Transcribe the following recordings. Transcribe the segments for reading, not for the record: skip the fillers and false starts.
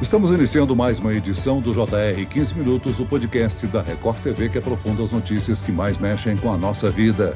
Estamos iniciando mais uma edição do JR 15 Minutos, o podcast da Record TV que aprofunda as notícias que mais mexem com a nossa vida.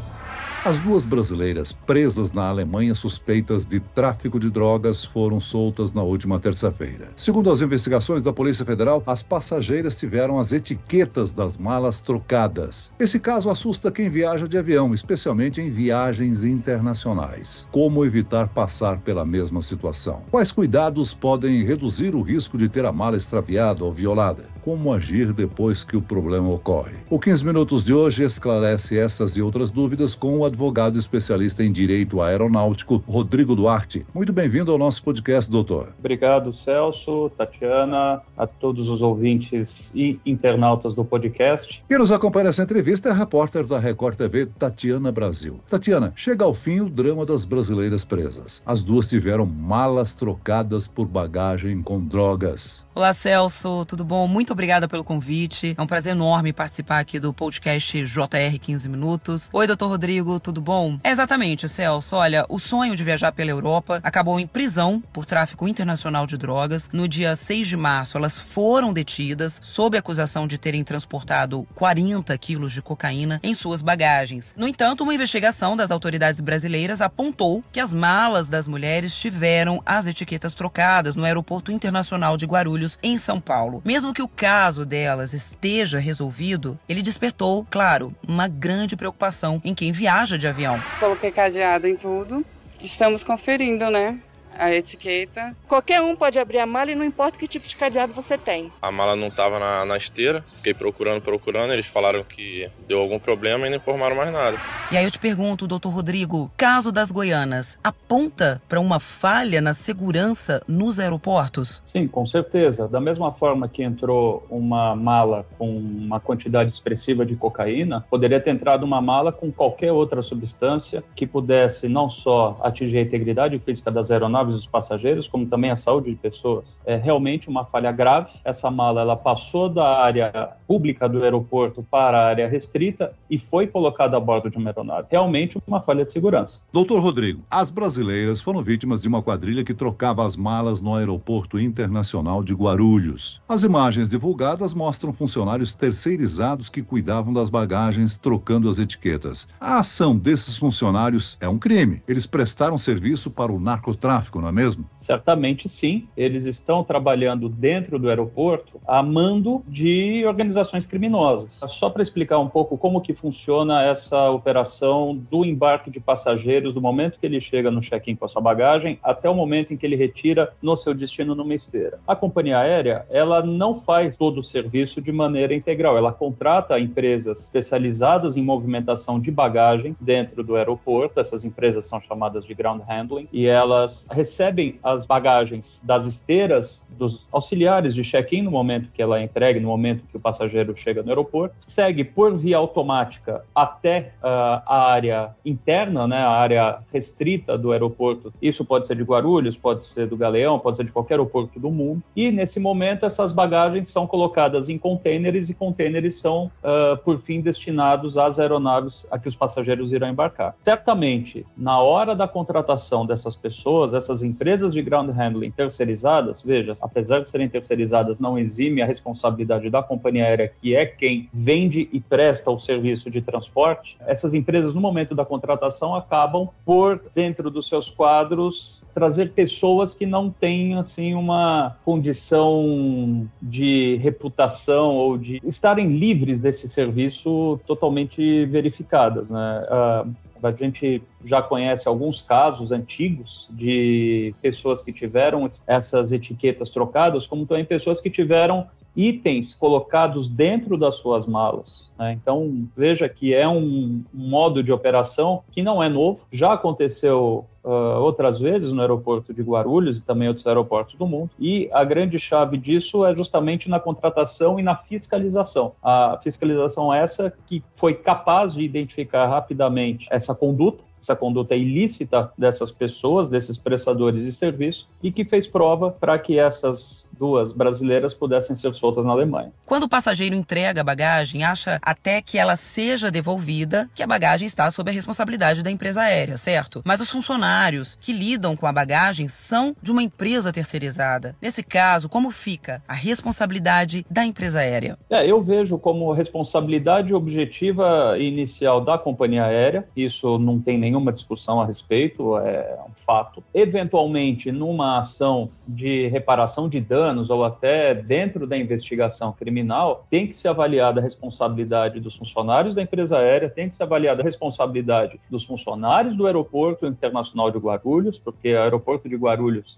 As duas brasileiras presas na Alemanha suspeitas de tráfico de drogas foram soltas na última terça-feira. Segundo as investigações da Polícia Federal, as passageiras tiveram as etiquetas das malas trocadas. Esse caso assusta quem viaja de avião, especialmente em viagens internacionais. Como evitar passar pela mesma situação? Quais cuidados podem reduzir o risco de ter a mala extraviada ou violada? Como agir depois que o problema ocorre? O 15 Minutos de hoje esclarece essas e outras dúvidas com o advogado especialista em direito aeronáutico, Rodrigo Duarte. Muito bem-vindo ao nosso podcast, doutor. Obrigado, Celso, Tatiana, a todos os ouvintes e internautas do podcast. Quem nos acompanha nessa entrevista é a repórter da Record TV, Tatiana Brasil. Tatiana, chega ao fim o drama das brasileiras presas. As duas tiveram malas trocadas por bagagem com drogas. Olá, Celso, tudo bom? Muito obrigada pelo convite. É um prazer enorme participar aqui do podcast JR 15 Minutos. Oi, doutor Rodrigo, tudo bom? Exatamente, Celso. Olha, o sonho de viajar pela Europa acabou em prisão por tráfico internacional de drogas. No dia 6 de março, elas foram detidas sob acusação de terem transportado 40 quilos de cocaína em suas bagagens. No entanto, uma investigação das autoridades brasileiras apontou que as malas das mulheres tiveram as etiquetas trocadas no Aeroporto Internacional de Guarulhos, em São Paulo. Mesmo que o caso delas esteja resolvido, ele despertou, claro, uma grande preocupação em quem viaja de avião. Coloquei cadeado em tudo. Estamos conferindo, né? A etiqueta. Qualquer um pode abrir a mala e não importa que tipo de cadeado você tem. A mala não estava na esteira, fiquei procurando, eles falaram que deu algum problema e não informaram mais nada. E aí eu te pergunto, doutor Rodrigo, caso das Goianas, aponta para uma falha na segurança nos aeroportos? Sim, com certeza. Da mesma forma que entrou uma mala com uma quantidade expressiva de cocaína, poderia ter entrado uma mala com qualquer outra substância que pudesse não só atingir a integridade física das aeronaves dos passageiros, como também a saúde de pessoas. É realmente uma falha grave. Essa mala ela passou da área pública do aeroporto para a área restrita e foi colocada a bordo de uma aeronave. Realmente uma falha de segurança. Doutor Rodrigo, as brasileiras foram vítimas de uma quadrilha que trocava as malas no Aeroporto Internacional de Guarulhos. As imagens divulgadas mostram funcionários terceirizados que cuidavam das bagagens trocando as etiquetas. A ação desses funcionários é um crime. Eles prestaram serviço para o narcotráfico, não é mesmo? Certamente sim. Eles estão trabalhando dentro do aeroporto a mando de organizações criminosas. Só para explicar um pouco como que funciona essa operação do embarque de passageiros, do momento que ele chega no check-in com a sua bagagem até o momento em que ele retira no seu destino numa esteira. A companhia aérea, ela não faz todo o serviço de maneira integral. Ela contrata empresas especializadas em movimentação de bagagens dentro do aeroporto. Essas empresas são chamadas de ground handling e elas recebem as bagagens das esteiras dos auxiliares de check-in no momento que ela é entregue, no momento que o passageiro chega no aeroporto, segue por via automática até a área interna, né, a área restrita do aeroporto. Isso pode ser de Guarulhos, pode ser do Galeão, pode ser de qualquer aeroporto do mundo. E nesse momento essas bagagens são colocadas em containers e containers são, por fim, destinados às aeronaves a que os passageiros irão embarcar. Certamente, na hora da contratação dessas pessoas, essas empresas de ground handling terceirizadas, veja, apesar de serem terceirizadas, não exime a responsabilidade da companhia aérea, que é quem vende e presta o serviço de transporte. Essas empresas, no momento da contratação, acabam por, dentro dos seus quadros, trazer pessoas que não têm, assim, uma condição de reputação ou de estarem livres desse serviço totalmente verificadas, né? A gente já conhece alguns casos antigos de pessoas que tiveram essas etiquetas trocadas, como também pessoas que tiveram itens colocados dentro das suas malas, né? Então, veja que é um modo de operação que não é novo, já aconteceu outras vezes no aeroporto de Guarulhos e também outros aeroportos do mundo, e a grande chave disso é justamente na contratação e na fiscalização. A fiscalização essa que foi capaz de identificar rapidamente essa conduta, essa conduta ilícita dessas pessoas, desses prestadores de serviço, e que fez prova para que essas duas brasileiras pudessem ser soltas na Alemanha. Quando o passageiro entrega a bagagem, acha até que ela seja devolvida, que a bagagem está sob a responsabilidade da empresa aérea, certo? Mas os funcionários que lidam com a bagagem são de uma empresa terceirizada. Nesse caso, como fica a responsabilidade da empresa aérea? Eu vejo como responsabilidade objetiva inicial da companhia aérea, isso não tem nenhuma discussão a respeito, é um fato. Eventualmente, numa ação de reparação de danos ou até dentro da investigação criminal, tem que ser avaliada a responsabilidade dos funcionários da empresa aérea, tem que ser avaliada a responsabilidade dos funcionários do Aeroporto Internacional de Guarulhos, porque o Aeroporto de Guarulhos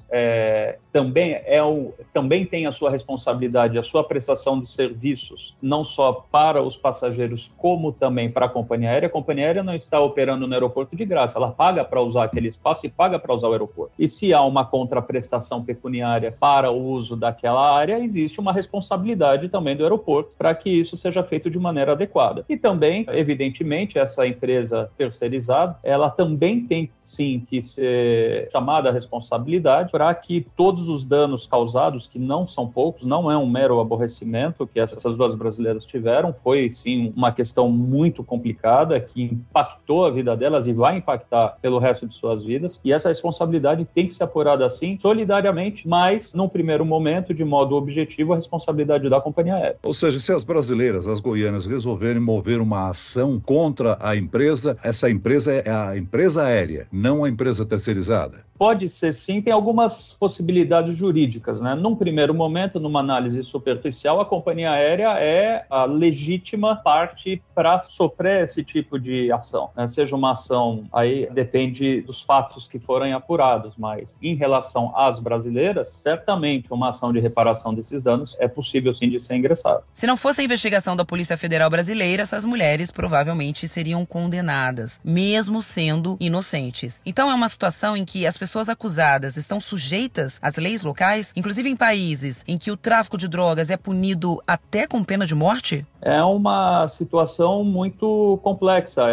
também tem a sua responsabilidade, a sua prestação de serviços, não só para os passageiros, como também para a companhia aérea. A companhia aérea não está operando no aeroporto de graça, ela paga para usar aquele espaço e paga para usar o aeroporto. E se há uma contraprestação pecuniária para o uso daquela área, existe uma responsabilidade também do aeroporto para que isso seja feito de maneira adequada. E também, evidentemente, essa empresa terceirizada, ela também tem sim que ser chamada à responsabilidade para que todos os danos causados, que não são poucos, não é um mero aborrecimento que essas duas brasileiras tiveram, foi sim uma questão muito complicada que impactou a vida delas e vai impactar pelo resto de suas vidas, e essa responsabilidade tem que ser apurada assim, solidariamente, mas num primeiro momento, de modo objetivo, a responsabilidade da companhia aérea. Ou seja, se as brasileiras, as goianas, resolverem mover uma ação contra a empresa, essa empresa é a empresa aérea, não a empresa terceirizada? Pode ser sim, tem algumas possibilidades jurídicas, né? Num primeiro momento, numa análise superficial, a companhia aérea é a legítima parte para sofrer esse tipo de ação, né? Seja uma ação, aí depende dos fatos que forem apurados, mas em relação às brasileiras, certamente uma ação de reparação desses danos é possível sim de ser ingressada. Se não fosse a investigação da Polícia Federal Brasileira, essas mulheres provavelmente seriam condenadas, mesmo sendo inocentes. Então é uma situação em que as pessoas acusadas estão sujeitas às leis locais, inclusive em países em que o tráfico de drogas é punido até com pena de morte? É uma situação muito complexa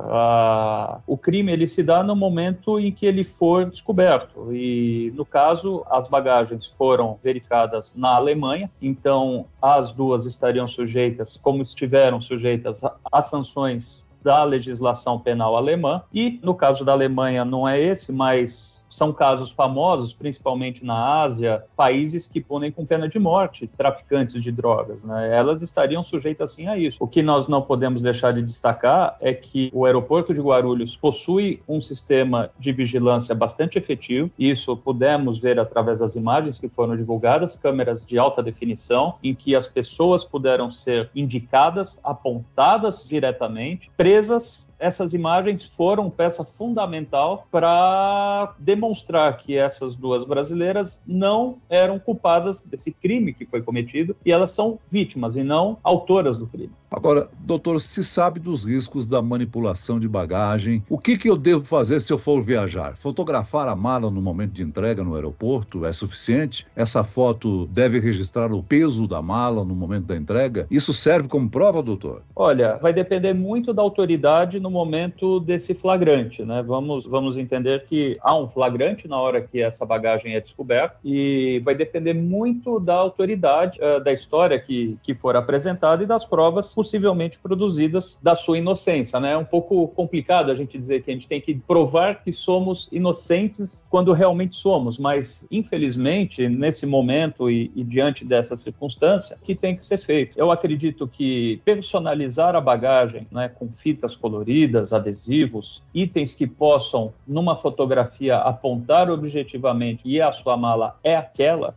essa. O crime ele se dá no momento em que ele for descoberto, e no caso as bagagens foram verificadas na Alemanha, então as duas estariam sujeitas, como estiveram sujeitas às sanções da legislação penal alemã, e no caso da Alemanha não é esse, mas são casos famosos, principalmente na Ásia, países que punem com pena de morte traficantes de drogas, né? Elas estariam sujeitas sim a isso. O que nós não podemos deixar de destacar é que o aeroporto de Guarulhos possui um sistema de vigilância bastante efetivo. Isso pudemos ver através das imagens que foram divulgadas, câmeras de alta definição, em que as pessoas puderam ser indicadas, apontadas diretamente, presas. Essas imagens foram peça fundamental para demonstrar que essas duas brasileiras não eram culpadas desse crime que foi cometido, e elas são vítimas e não autoras do crime. Agora, doutor, se sabe dos riscos da manipulação de bagagem, o que eu devo fazer se eu for viajar? Fotografar a mala no momento de entrega no aeroporto é suficiente? Essa foto deve registrar o peso da mala no momento da entrega? Isso serve como prova, doutor? Olha, vai depender muito da autoridade no momento desse flagrante, né? Vamos entender que há um flagrante na hora que essa bagagem é descoberta, e vai depender muito da autoridade, da história que for apresentada e das provas possivelmente produzidas da sua inocência, né? É um pouco complicado a gente dizer que a gente tem que provar que somos inocentes quando realmente somos, mas infelizmente nesse momento e diante dessa circunstância, que tem que ser feito. Eu acredito que personalizar a bagagem, né, com fitas coloridas, adesivos, itens que possam numa fotografia apontar objetivamente e a sua mala é aquela,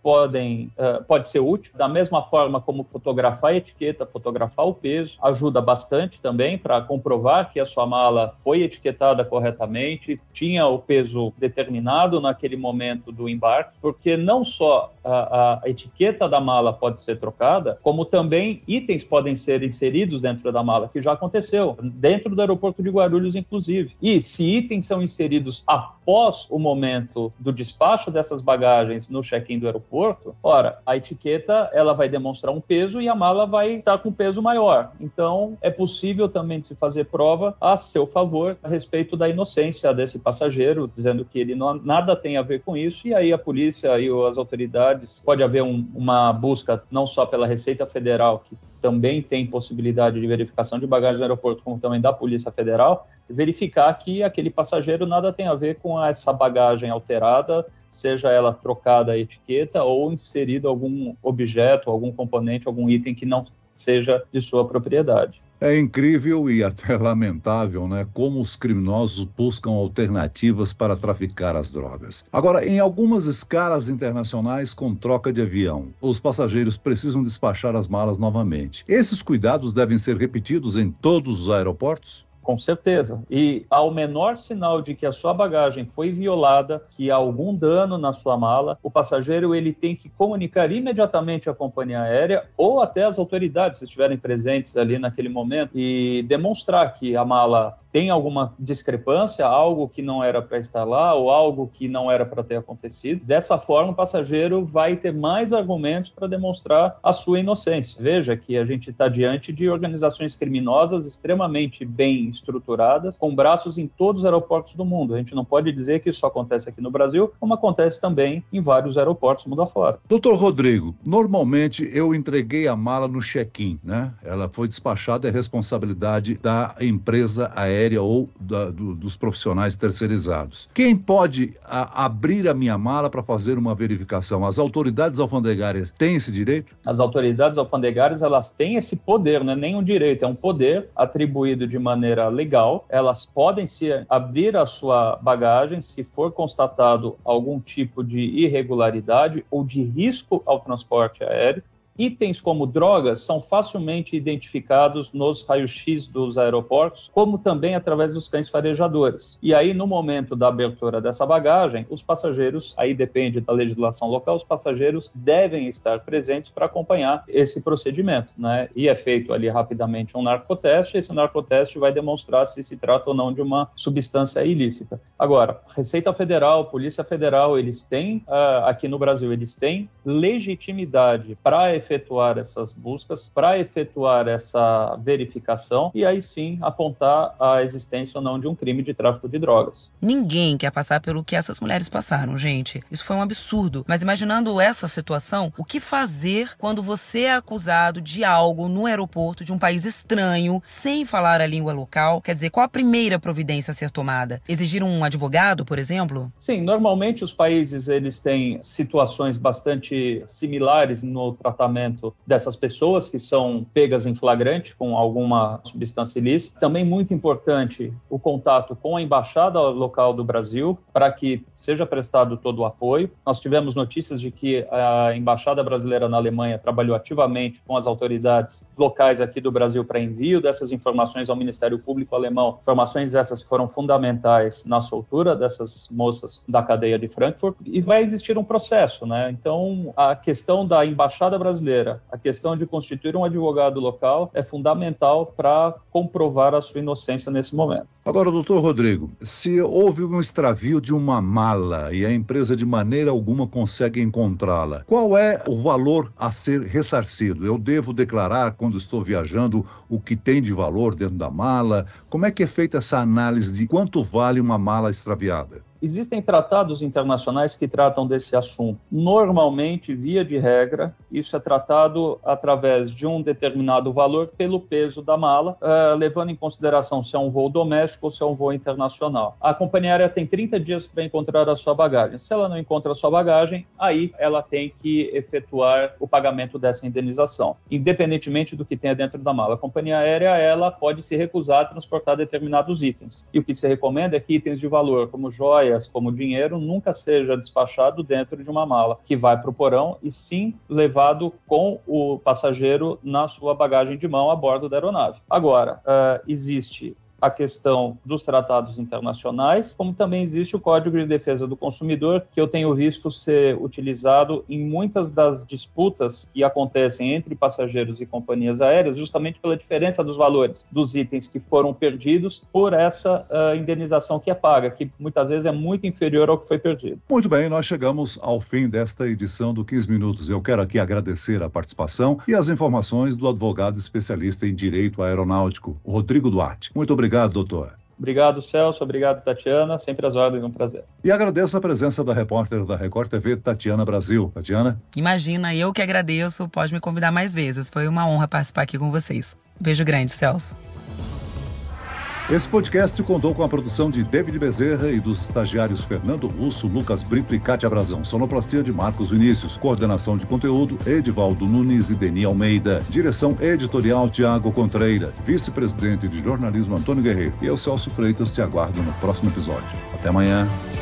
pode ser útil. Da mesma forma como fotografar a etiqueta, fotografar o peso, ajuda bastante também para comprovar que a sua mala foi etiquetada corretamente, tinha o peso determinado naquele momento do embarque, porque não só a etiqueta da mala pode ser trocada, como também itens podem ser inseridos dentro da mala, que já aconteceu. Dentro do aeroporto aeroporto de Guarulhos, inclusive. E se itens são inseridos após o momento do despacho dessas bagagens no check-in do aeroporto, ora, a etiqueta ela vai demonstrar um peso e a mala vai estar com peso maior. Então, é possível também de se fazer prova a seu favor a respeito da inocência desse passageiro, dizendo que ele nada tem a ver com isso, e aí a polícia e as autoridades, pode haver uma busca não só pela Receita Federal, que também tem possibilidade de verificação de bagagem no aeroporto, como também da Polícia Federal, verificar que aquele passageiro nada tem a ver com essa bagagem alterada, seja ela trocada a etiqueta ou inserido algum objeto, algum componente, algum item que não seja de sua propriedade. É incrível e até lamentável, né, como os criminosos buscam alternativas para traficar as drogas. Agora, em algumas escalas internacionais com troca de avião, os passageiros precisam despachar as malas novamente. Esses cuidados devem ser repetidos em todos os aeroportos? Com certeza. E ao menor sinal de que a sua bagagem foi violada, que há algum dano na sua mala, o passageiro ele tem que comunicar imediatamente à companhia aérea ou até às autoridades, se estiverem presentes ali naquele momento, e demonstrar que a mala tem alguma discrepância, algo que não era para estar lá ou algo que não era para ter acontecido. Dessa forma, o passageiro vai ter mais argumentos para demonstrar a sua inocência. Veja que a gente está diante de organizações criminosas extremamente bem estruturadas, com braços em todos os aeroportos do mundo. A gente não pode dizer que isso acontece aqui no Brasil, como acontece também em vários aeroportos mundo afora. Doutor Rodrigo, normalmente eu entreguei a mala no check-in, né? Ela foi despachada, é responsabilidade da empresa aérea ou dos profissionais terceirizados. Quem pode abrir a minha mala para fazer uma verificação? As autoridades alfandegárias têm esse direito? As autoridades alfandegárias, elas têm esse poder, não é nem um direito, é um poder atribuído de maneira legal. Elas podem abrir a sua bagagem se for constatado algum tipo de irregularidade ou de risco ao transporte aéreo. Itens como drogas são facilmente identificados nos raios-x dos aeroportos, como também através dos cães farejadores. E aí, no momento da abertura dessa bagagem, os passageiros, aí depende da legislação local, os passageiros devem estar presentes para acompanhar esse procedimento, né? E é feito ali rapidamente um narcoteste, esse narcoteste vai demonstrar se se trata ou não de uma substância ilícita. Agora, Receita Federal, Polícia Federal, eles têm, aqui no Brasil, eles têm legitimidade para efetuar essas buscas, para efetuar essa verificação e aí sim apontar a existência ou não de um crime de tráfico de drogas. Ninguém quer passar pelo que essas mulheres passaram, gente. Isso foi um absurdo. Mas imaginando essa situação, o que fazer quando você é acusado de algo no aeroporto de um país estranho, sem falar a língua local? Quer dizer, qual a primeira providência a ser tomada? Exigir um advogado, por exemplo? Sim, normalmente os países eles têm situações bastante similares no tratamento dessas pessoas que são pegas em flagrante com alguma substância ilícita. Também muito importante o contato com a embaixada local do Brasil para que seja prestado todo o apoio. Nós tivemos notícias de que a embaixada brasileira na Alemanha trabalhou ativamente com as autoridades locais aqui do Brasil para envio dessas informações ao Ministério Público alemão. Informações essas que foram fundamentais na soltura dessas moças da cadeia de Frankfurt, e vai existir um processo, né? Então, a questão da embaixada brasileira, a questão de constituir um advogado local é fundamental para comprovar a sua inocência nesse momento. Agora, doutor Rodrigo, se houve um extravio de uma mala e a empresa de maneira alguma consegue encontrá-la, qual é o valor a ser ressarcido? Eu devo declarar, quando estou viajando, o que tem de valor dentro da mala? Como é que é feita essa análise de quanto vale uma mala extraviada? Existem tratados internacionais que tratam desse assunto. Normalmente, via de regra, isso é tratado através de um determinado valor pelo peso da mala, levando em consideração se é um voo doméstico ou se é um voo internacional. A companhia aérea tem 30 dias para encontrar a sua bagagem. Se ela não encontra a sua bagagem, aí ela tem que efetuar o pagamento dessa indenização, independentemente do que tenha dentro da mala. A companhia aérea, ela pode se recusar a transportar determinados itens. E o que se recomenda é que itens de valor, como joias, como dinheiro, nunca seja despachado dentro de uma mala que vai para o porão, e sim levado com o passageiro na sua bagagem de mão a bordo da aeronave. Agora, existe a questão dos tratados internacionais, como também existe o Código de Defesa do Consumidor, que eu tenho visto ser utilizado em muitas das disputas que acontecem entre passageiros e companhias aéreas, justamente pela diferença dos valores dos itens que foram perdidos por essa indenização que é paga, que muitas vezes é muito inferior ao que foi perdido. Muito bem, nós chegamos ao fim desta edição do 15 Minutos. Eu quero aqui agradecer a participação e as informações do advogado especialista em direito aeronáutico, Rodrigo Duarte. Muito obrigado, doutor. Obrigado, Celso. Obrigado, Tatiana. Sempre às ordens, um prazer. E agradeço a presença da repórter da Record TV, Tatiana Brasil. Tatiana? Imagina, eu que agradeço. Pode me convidar mais vezes. Foi uma honra participar aqui com vocês. Beijo grande, Celso. Esse podcast contou com a produção de David Bezerra e dos estagiários Fernando Russo, Lucas Brito e Cátia Brazão. Sonoplastia de Marcos Vinícius. Coordenação de conteúdo, Edivaldo Nunes e Deni Almeida. Direção editorial, Tiago Contreira. Vice-presidente de jornalismo, Antônio Guerreiro. E eu, Celso Freitas, te aguardo no próximo episódio. Até amanhã.